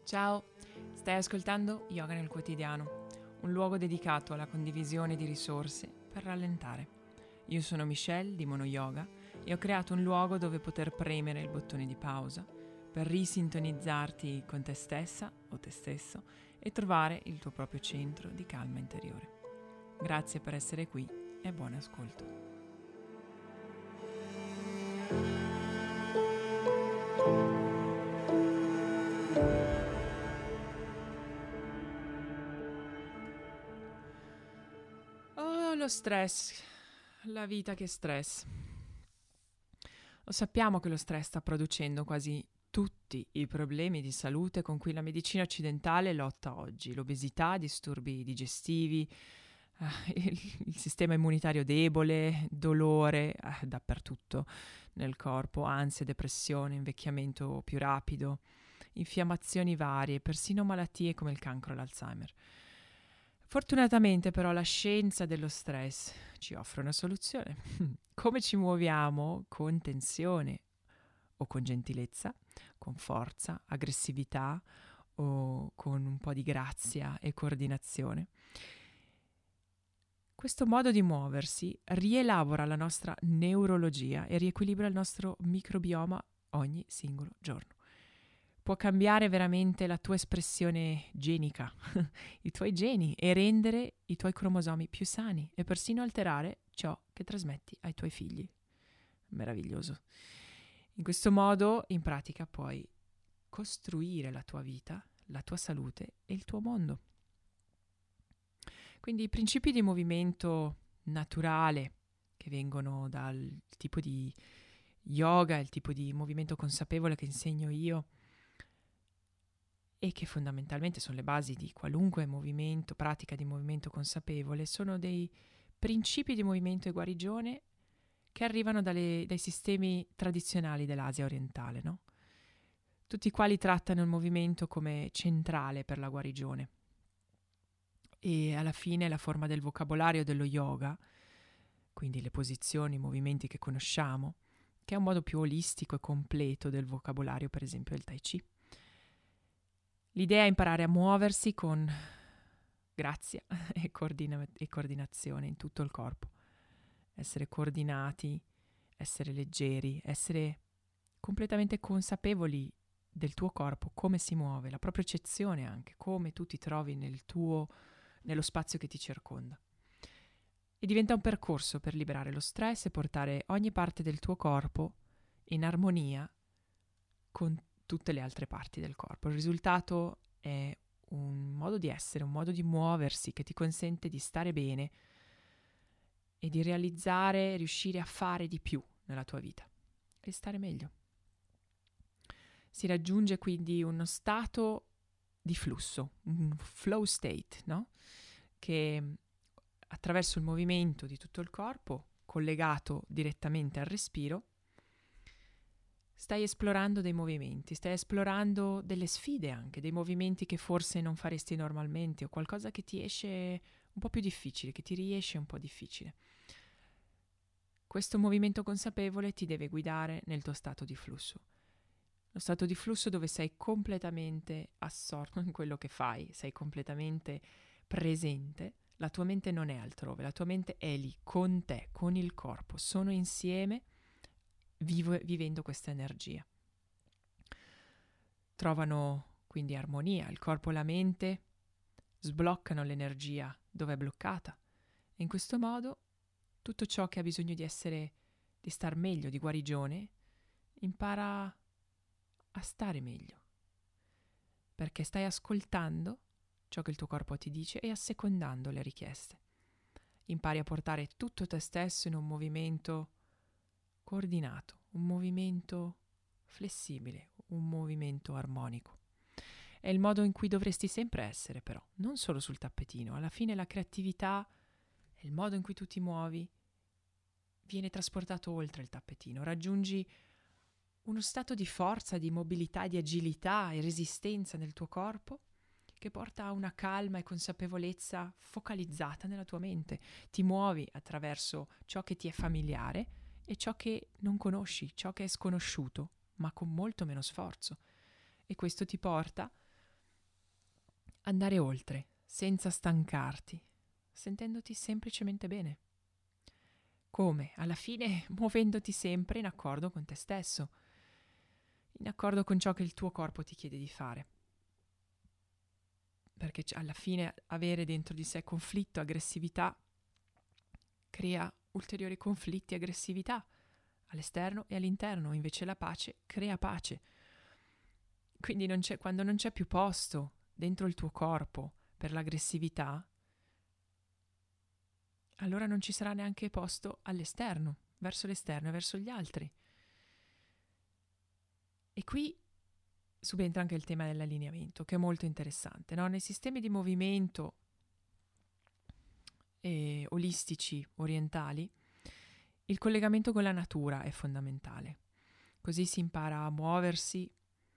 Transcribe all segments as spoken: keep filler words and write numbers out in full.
Ciao, stai ascoltando Yoga nel quotidiano, un luogo dedicato alla condivisione di risorse per rallentare. Io sono Michelle di Mono Yoga e ho creato un luogo dove poter premere il bottone di pausa per risintonizzarti con te stessa o te stesso e trovare il tuo proprio centro di calma interiore. Grazie per essere qui e buon ascolto. Oh, lo stress, la vita che stress. Lo sappiamo che lo stress sta producendo quasi tutti i problemi di salute con cui la medicina occidentale lotta oggi: l'obesità, disturbi digestivi, eh, il, il sistema immunitario debole, dolore eh, dappertutto nel corpo, ansia, depressione, invecchiamento più rapido, infiammazioni varie, persino malattie come il cancro e l'Alzheimer. Fortunatamente però la scienza dello stress ci offre una soluzione. Come ci muoviamo con tensione o con gentilezza, con forza, aggressività o con un po' di grazia e coordinazione. Questo modo di muoversi rielabora la nostra neurologia e riequilibra il nostro microbioma ogni singolo giorno. Può cambiare veramente la tua espressione genica, i tuoi geni, e rendere i tuoi cromosomi più sani e persino alterare ciò che trasmetti ai tuoi figli. Meraviglioso. In questo modo, in pratica, puoi costruire la tua vita, la tua salute e il tuo mondo. Quindi i principi di movimento naturale che vengono dal tipo di yoga, il tipo di movimento consapevole che insegno io, e che fondamentalmente sono le basi di qualunque movimento, pratica di movimento consapevole, sono dei principi di movimento e guarigione che arrivano dalle, dai sistemi tradizionali dell'Asia orientale, no? Tutti i quali trattano il movimento come centrale per la guarigione. E alla fine la forma del vocabolario dello yoga, quindi le posizioni, i movimenti che conosciamo, che è un modo più olistico e completo del vocabolario, per esempio, del Tai Chi. L'idea è imparare a muoversi con grazia e, coordina- e coordinazione in tutto il corpo. Essere coordinati, essere leggeri, essere completamente consapevoli del tuo corpo, come si muove, la propria eccezione anche, come tu ti trovi nel tuo, nello spazio che ti circonda. E diventa un percorso per liberare lo stress e portare ogni parte del tuo corpo in armonia con tutte le altre parti del corpo. Il risultato è un modo di essere, un modo di muoversi che ti consente di stare bene e di realizzare, riuscire a fare di più nella tua vita e stare meglio. Si raggiunge quindi uno stato di flusso, un flow state, no? Che attraverso il movimento di tutto il corpo, collegato direttamente al respiro, stai esplorando dei movimenti, stai esplorando delle sfide anche, dei movimenti che forse non faresti normalmente o qualcosa che ti esce un po' più difficile, che ti riesce un po' difficile. Questo movimento consapevole ti deve guidare nel tuo stato di flusso. Lo stato di flusso dove sei completamente assorto in quello che fai, sei completamente presente, la tua mente non è altrove, la tua mente è lì con te, con il corpo, sono insieme vivo, vivendo questa energia. Trovano quindi armonia, il corpo e la mente sbloccano l'energia dove è bloccata e in questo modo tutto ciò che ha bisogno di essere, di star meglio, di guarigione, impara a stare meglio, perché stai ascoltando ciò che il tuo corpo ti dice e assecondando le richieste. Impari a portare tutto te stesso in un movimento coordinato, un movimento flessibile, un movimento armonico. È il modo in cui dovresti sempre essere, però, non solo sul tappetino. Alla fine la creatività e il modo in cui tu ti muovi viene trasportato oltre il tappetino, raggiungi uno stato di forza, di mobilità, di agilità e resistenza nel tuo corpo che porta a una calma e consapevolezza focalizzata nella tua mente. Ti muovi attraverso ciò che ti è familiare e ciò che non conosci, ciò che è sconosciuto, ma con molto meno sforzo. E questo ti porta andare oltre, senza stancarti, sentendoti semplicemente bene. Come? Alla fine muovendoti sempre in accordo con te stesso, in accordo con ciò che il tuo corpo ti chiede di fare. Perché alla fine avere dentro di sé conflitto, aggressività, crea ulteriori conflitti e aggressività all'esterno e all'interno, invece la pace crea pace. Quindi non c'è, quando non c'è più posto dentro il tuo corpo per l'aggressività, allora non ci sarà neanche posto all'esterno, verso l'esterno e verso gli altri. E qui subentra anche il tema dell'allineamento, che è molto interessante, no? Nei sistemi di movimento eh, olistici orientali, il collegamento con la natura è fondamentale. Così si impara a muoversi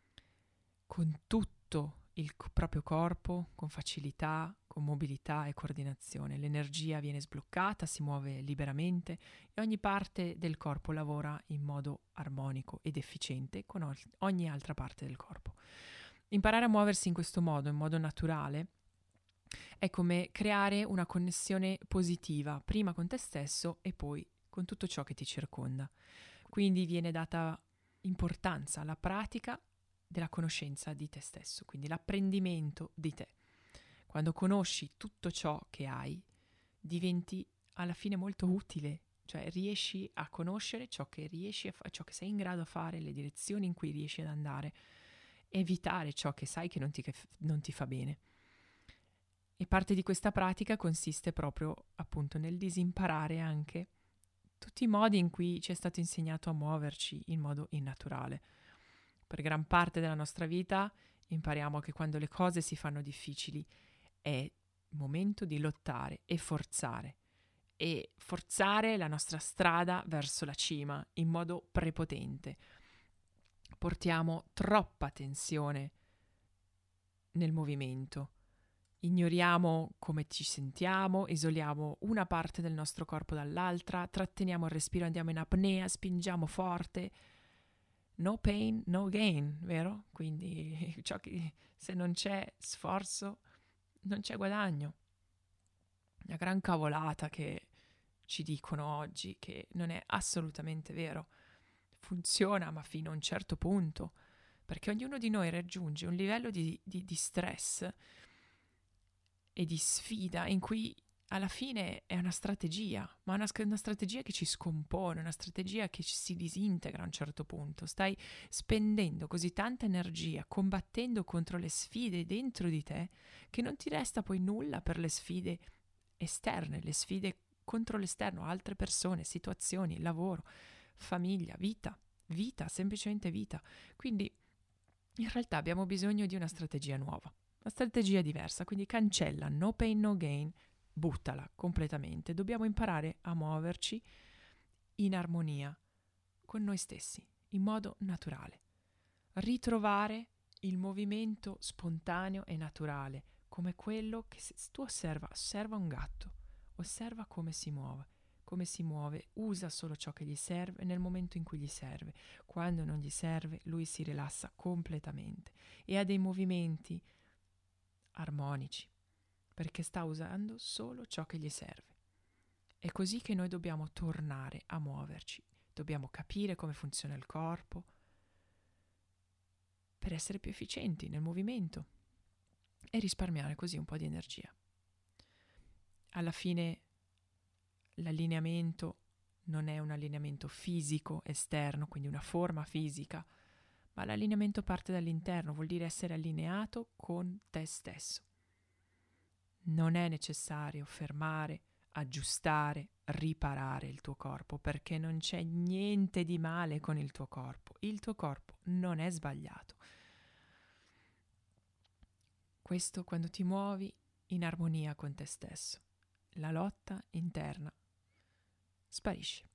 con tutto il c- proprio corpo, con facilità, con mobilità e coordinazione. L'energia viene sbloccata, si muove liberamente e ogni parte del corpo lavora in modo armonico ed efficiente con o- ogni altra parte del corpo. Imparare a muoversi in questo modo, in modo naturale, è come creare una connessione positiva, prima con te stesso e poi con tutto ciò che ti circonda. Quindi viene data importanza alla pratica della conoscenza di te stesso, quindi l'apprendimento di te. Quando conosci tutto ciò che hai, diventi alla fine molto utile, cioè riesci a conoscere ciò che riesci a fa- ciò che sei in grado a fare, le direzioni in cui riesci ad andare, evitare ciò che sai che non ti, che f- non ti fa bene. E parte di questa pratica consiste proprio appunto nel disimparare anche tutti i modi in cui ci è stato insegnato a muoverci in modo innaturale. Per gran parte della nostra vita impariamo che quando le cose si fanno difficili è momento di lottare e forzare, e forzare la nostra strada verso la cima in modo prepotente. Portiamo troppa tensione nel movimento. Ignoriamo come ci sentiamo, isoliamo una parte del nostro corpo dall'altra, tratteniamo il respiro, andiamo in apnea, spingiamo forte. No pain, no gain, vero? Quindi ciò che, se non c'è sforzo, non c'è guadagno. Una gran cavolata che ci dicono oggi, che non è assolutamente vero. Funziona, ma fino a un certo punto, perché ognuno di noi raggiunge un livello di, di, di stress e di sfida in cui alla fine è una strategia, ma una, una strategia che ci scompone, una strategia che ci si disintegra a un certo punto. Stai spendendo così tanta energia combattendo contro le sfide dentro di te che non ti resta poi nulla per le sfide esterne, le sfide contro l'esterno, altre persone, situazioni, lavoro, famiglia, vita, vita, semplicemente vita. Quindi in realtà abbiamo bisogno di una strategia nuova. Una strategia diversa, quindi cancella no pain no gain, buttala completamente. Dobbiamo imparare a muoverci in armonia con noi stessi, in modo naturale. Ritrovare il movimento spontaneo e naturale, come quello che se tu osserva, osserva un gatto, osserva come si muove, come si muove, usa solo ciò che gli serve nel momento in cui gli serve. Quando non gli serve, lui si rilassa completamente e ha dei movimenti armonici, perché sta usando solo ciò che gli serve. È così che noi dobbiamo tornare a muoverci, dobbiamo capire come funziona il corpo per essere più efficienti nel movimento e risparmiare così un po' di energia. Alla fine l'allineamento non è un allineamento fisico esterno, quindi una forma fisica, ma l'allineamento parte dall'interno, vuol dire essere allineato con te stesso. Non è necessario fermare, aggiustare, riparare il tuo corpo, perché non c'è niente di male con il tuo corpo. Il tuo corpo non è sbagliato. Questo quando ti muovi in armonia con te stesso. La lotta interna sparisce,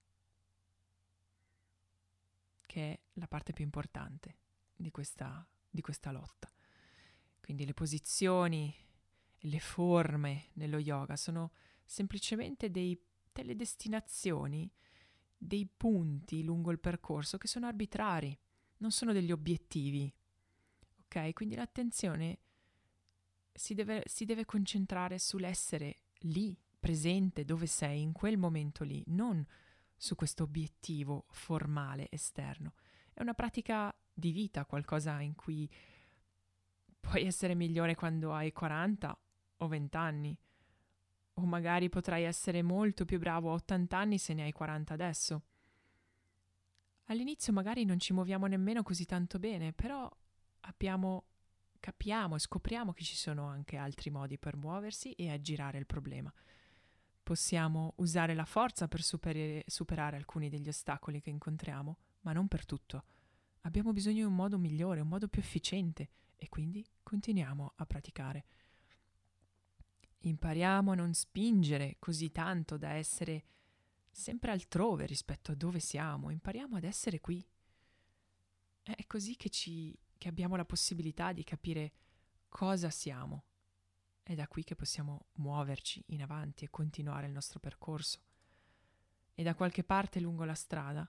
che è la parte più importante di questa, di questa lotta. Quindi le posizioni, le forme nello yoga sono semplicemente dei, delle destinazioni, dei punti lungo il percorso che sono arbitrari, non sono degli obiettivi. Ok? Quindi l'attenzione si deve, si deve concentrare sull'essere lì, presente, dove sei, in quel momento lì, non su questo obiettivo formale esterno. È una pratica di vita, qualcosa in cui puoi essere migliore quando hai quaranta o venti anni, o magari potrai essere molto più bravo a ottanta anni se ne hai quaranta adesso. All'inizio magari non ci muoviamo nemmeno così tanto bene, però abbiamo, capiamo e scopriamo che ci sono anche altri modi per muoversi e aggirare il problema. Possiamo usare la forza per superare, superare alcuni degli ostacoli che incontriamo, ma non per tutto. Abbiamo bisogno di un modo migliore, un modo più efficiente, e quindi continuiamo a praticare. Impariamo a non spingere così tanto da essere sempre altrove rispetto a dove siamo. Impariamo ad essere qui. È così che, ci, che abbiamo la possibilità di capire cosa siamo. È da qui che possiamo muoverci in avanti e continuare il nostro percorso. E da qualche parte lungo la strada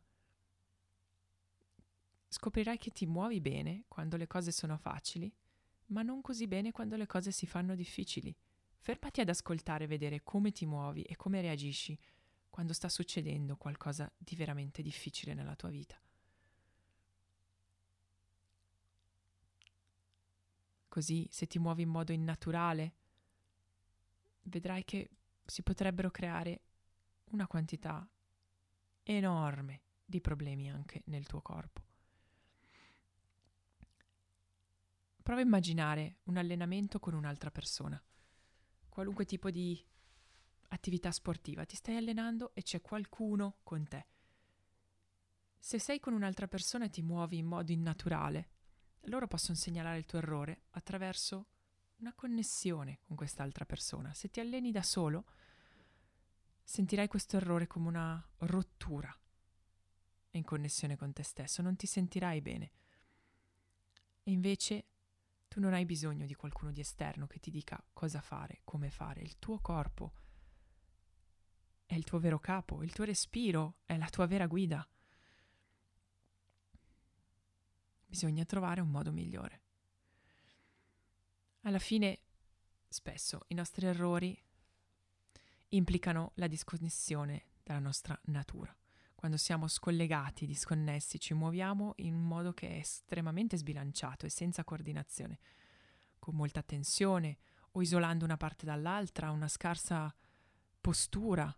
scoprirai che ti muovi bene quando le cose sono facili, ma non così bene quando le cose si fanno difficili. Fermati ad ascoltare e vedere come ti muovi e come reagisci quando sta succedendo qualcosa di veramente difficile nella tua vita. Così, se ti muovi in modo innaturale, vedrai che si potrebbero creare una quantità enorme di problemi anche nel tuo corpo. Prova a immaginare un allenamento con un'altra persona. Qualunque tipo di attività sportiva, ti stai allenando e c'è qualcuno con te. Se sei con un'altra persona e ti muovi in modo innaturale, loro possono segnalare il tuo errore attraverso una connessione con quest'altra persona. Se ti alleni da solo, sentirai questo errore come una rottura in connessione con te stesso, non ti sentirai bene. E invece tu non hai bisogno di qualcuno di esterno che ti dica cosa fare, come fare. Il tuo corpo è il tuo vero capo, il tuo respiro è la tua vera guida. Bisogna trovare un modo migliore. Alla fine, spesso i nostri errori implicano la disconnessione dalla nostra natura. Quando siamo scollegati, disconnessi, ci muoviamo in un modo che è estremamente sbilanciato e senza coordinazione, con molta tensione o isolando una parte dall'altra, una scarsa postura.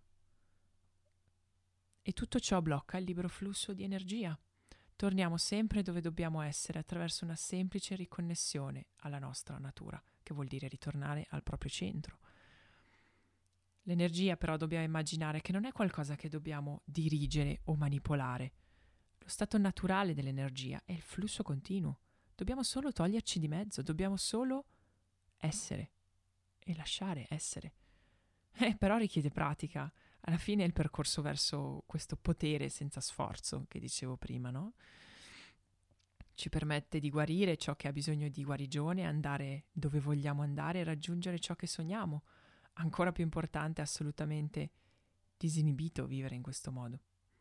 E tutto ciò blocca il libero flusso di energia. Torniamo sempre dove dobbiamo essere attraverso una semplice riconnessione alla nostra natura, che vuol dire ritornare al proprio centro. L'energia però dobbiamo immaginare che non è qualcosa che dobbiamo dirigere o manipolare. Lo stato naturale dell'energia è il flusso continuo. Dobbiamo solo toglierci di mezzo, dobbiamo solo essere e lasciare essere. Eh, però richiede pratica. Alla fine è il percorso verso questo potere senza sforzo che dicevo prima, no? Ci permette di guarire ciò che ha bisogno di guarigione, andare dove vogliamo andare e raggiungere ciò che sogniamo. Ancora più importante, assolutamente disinibito vivere in questo modo.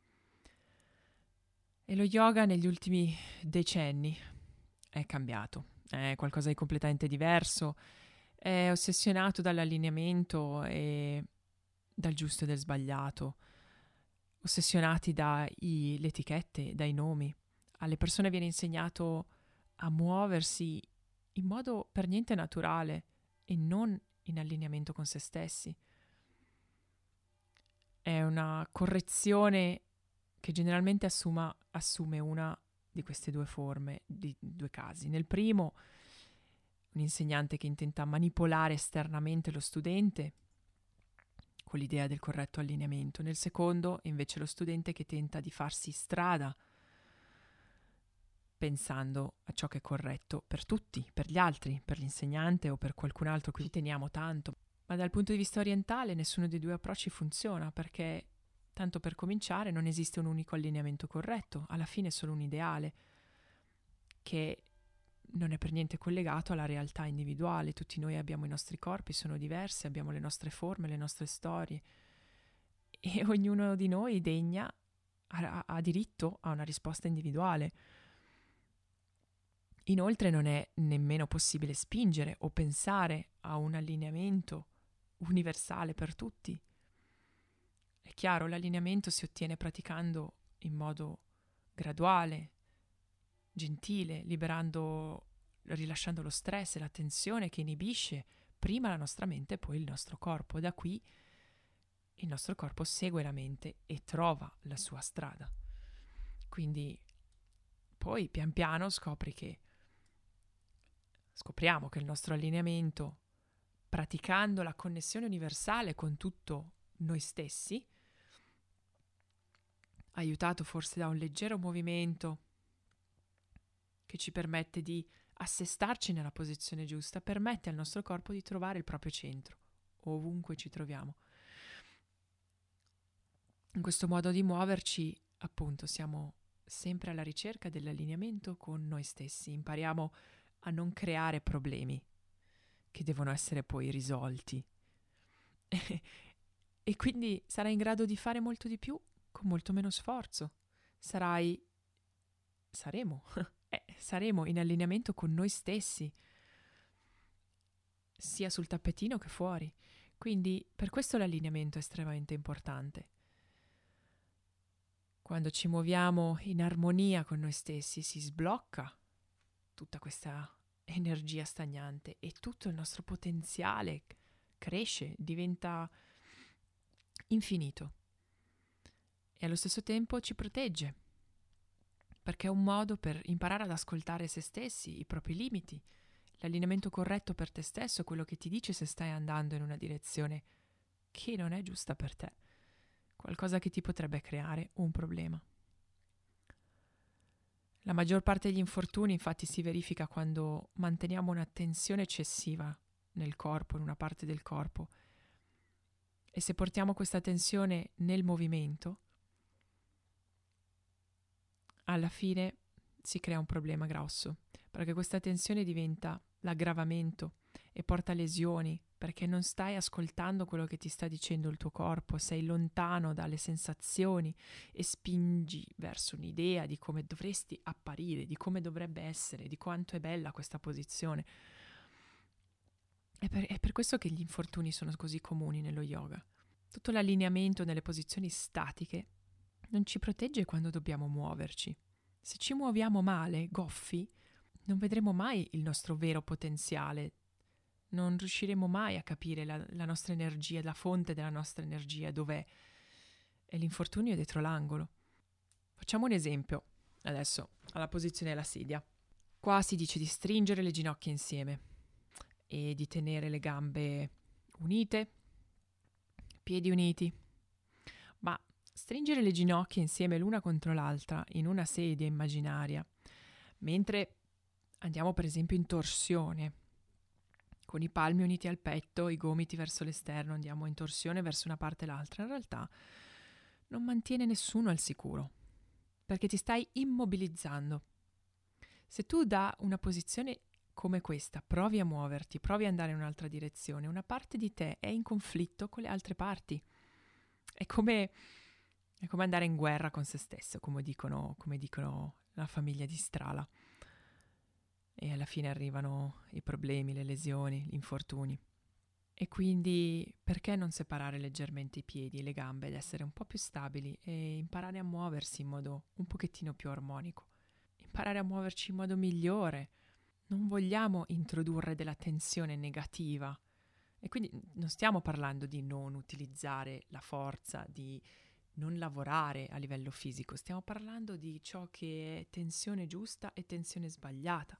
E lo yoga negli ultimi decenni è cambiato, è qualcosa di completamente diverso, è ossessionato dall'allineamento e dal giusto e del sbagliato, ossessionati dalle etichette, dai nomi. Alle persone viene insegnato a muoversi in modo per niente naturale e non in allineamento con se stessi. È una correzione che generalmente assuma, assume una di queste due forme, di due casi. Nel primo, un insegnante che intenta manipolare esternamente lo studente con l'idea del corretto allineamento. Nel secondo, invece, lo studente che tenta di farsi strada pensando a ciò che è corretto per tutti, per gli altri, per l'insegnante o per qualcun altro a cui teniamo tanto. Ma dal punto di vista orientale nessuno dei due approcci funziona, perché, tanto per cominciare, non esiste un unico allineamento corretto, alla fine è solo un ideale che non è per niente collegato alla realtà individuale. Tutti noi abbiamo i nostri corpi, sono diversi, abbiamo le nostre forme, le nostre storie e ognuno di noi degna, ha, ha diritto a una risposta individuale. Inoltre non è nemmeno possibile spingere o pensare a un allineamento universale per tutti. È chiaro, l'allineamento si ottiene praticando in modo graduale, gentile, liberando, rilasciando lo stress e la tensione che inibisce prima la nostra mente e poi il nostro corpo. Da qui il nostro corpo segue la mente e trova la sua strada. Quindi poi pian piano scopri che scopriamo che il nostro allineamento, praticando la connessione universale con tutto noi stessi, aiutato forse da un leggero movimento che ci permette di assestarci nella posizione giusta, permette al nostro corpo di trovare il proprio centro, ovunque ci troviamo. In questo modo di muoverci, appunto, siamo sempre alla ricerca dell'allineamento con noi stessi. Impariamo a non creare problemi che devono essere poi risolti. E quindi sarai in grado di fare molto di più con molto meno sforzo. Sarai, saremo, eh, saremo in allineamento con noi stessi, sia sul tappetino che fuori. Quindi per questo l'allineamento è estremamente importante. Quando ci muoviamo in armonia con noi stessi si sblocca tutta questa energia stagnante e tutto il nostro potenziale cresce, diventa infinito e allo stesso tempo ci protegge, perché è un modo per imparare ad ascoltare se stessi, i propri limiti. L'allineamento corretto per te stesso è quello che ti dice se stai andando in una direzione che non è giusta per te, qualcosa che ti potrebbe creare un problema. La maggior parte degli infortuni infatti si verifica quando manteniamo una tensione eccessiva nel corpo, in una parte del corpo, e se portiamo questa tensione nel movimento, alla fine si crea un problema grosso, perché questa tensione diventa l'aggravamento e porta a lesioni, perché non stai ascoltando quello che ti sta dicendo il tuo corpo, sei lontano dalle sensazioni e spingi verso un'idea di come dovresti apparire, di come dovrebbe essere, di quanto è bella questa posizione. È per, è per questo che gli infortuni sono così comuni nello yoga. Tutto l'allineamento nelle posizioni statiche non ci protegge quando dobbiamo muoverci. Se ci muoviamo male, goffi, non vedremo mai il nostro vero potenziale. Non riusciremo mai a capire la, la nostra energia, la fonte della nostra energia, dov'è. E l'infortunio è dietro l'angolo. Facciamo un esempio, adesso, alla posizione della sedia. Qua si dice di stringere le ginocchia insieme e di tenere le gambe unite, piedi uniti. Ma stringere le ginocchia insieme l'una contro l'altra in una sedia immaginaria, mentre andiamo per esempio in torsione, con i palmi uniti al petto, i gomiti verso l'esterno, andiamo in torsione verso una parte e l'altra, in realtà non mantiene nessuno al sicuro, perché ti stai immobilizzando. Se tu da una posizione come questa provi a muoverti, provi ad andare in un'altra direzione, una parte di te è in conflitto con le altre parti. È come, è come andare in guerra con se stesso, come dicono, come dicono la famiglia di Strala. E alla fine arrivano i problemi, le lesioni, gli infortuni. E quindi perché non separare leggermente i piedi e le gambe ed essere un po' più stabili e imparare a muoversi in modo un pochettino più armonico? Imparare a muoverci in modo migliore. Non vogliamo introdurre della tensione negativa. E quindi non stiamo parlando di non utilizzare la forza, di non lavorare a livello fisico. Stiamo parlando di ciò che è tensione giusta e tensione sbagliata.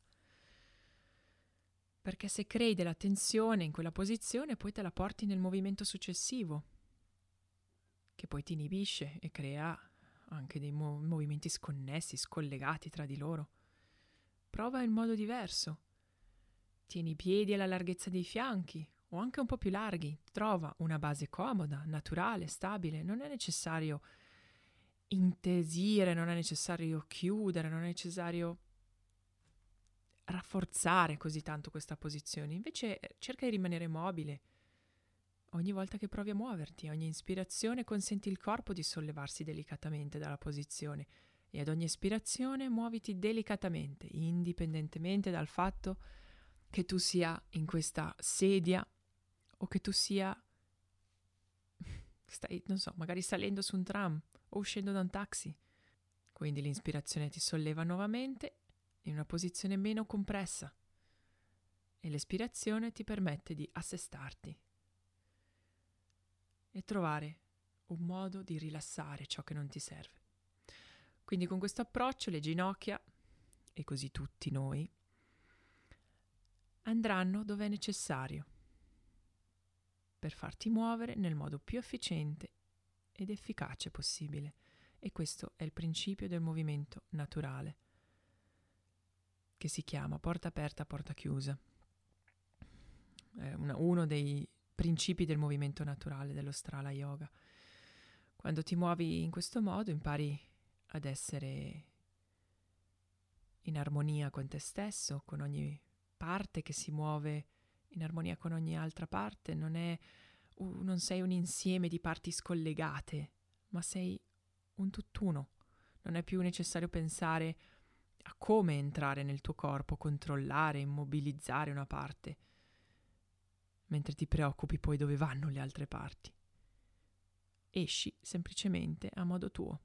Perché se crei della tensione in quella posizione, poi te la porti nel movimento successivo, che poi ti inibisce e crea anche dei mo- movimenti sconnessi, scollegati tra di loro. Prova in modo diverso. Tieni i piedi alla larghezza dei fianchi o anche un po' più larghi. Trova una base comoda, naturale, stabile. Non è necessario intesire, non è necessario chiudere, non è necessario rafforzare così tanto questa posizione. Invece cerca di rimanere mobile. Ogni volta che provi a muoverti, ogni ispirazione consenti il corpo di sollevarsi delicatamente dalla posizione E ad ogni espirazione muoviti delicatamente, indipendentemente dal fatto che tu sia in questa sedia o che tu sia, stai, non so, magari salendo su un tram o uscendo da un taxi. Quindi l'inspirazione ti solleva nuovamente in una posizione meno compressa e l'espirazione ti permette di assestarti e trovare un modo di rilassare ciò che non ti serve. Quindi con questo approccio le ginocchia, e così tutti noi, andranno dove è necessario per farti muovere nel modo più efficiente ed efficace possibile. E questo è il principio del movimento naturale, che si chiama porta aperta, porta chiusa. È una, uno dei principi del movimento naturale dello Strala Yoga. Quando ti muovi in questo modo impari ad essere in armonia con te stesso, con ogni parte che si muove in armonia con ogni altra parte. Non è, uh, non sei un insieme di parti scollegate, ma sei un tutt'uno. Non è più necessario pensare a come entrare nel tuo corpo, controllare, immobilizzare una parte, mentre ti preoccupi poi dove vanno le altre parti. Esci semplicemente a modo tuo.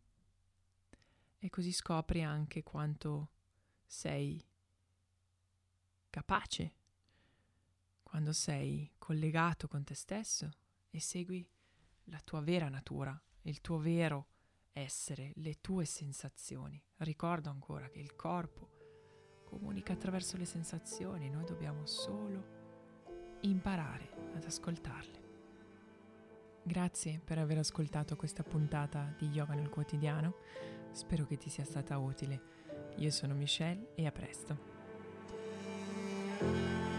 E così scopri anche quanto sei capace, quando sei collegato con te stesso e segui la tua vera natura, il tuo vero essere, le tue sensazioni. Ricordo ancora che il corpo comunica attraverso le sensazioni, noi dobbiamo solo imparare ad ascoltarle. Grazie per aver ascoltato questa puntata di Yoga nel quotidiano, spero che ti sia stata utile. Io sono Michelle e a presto.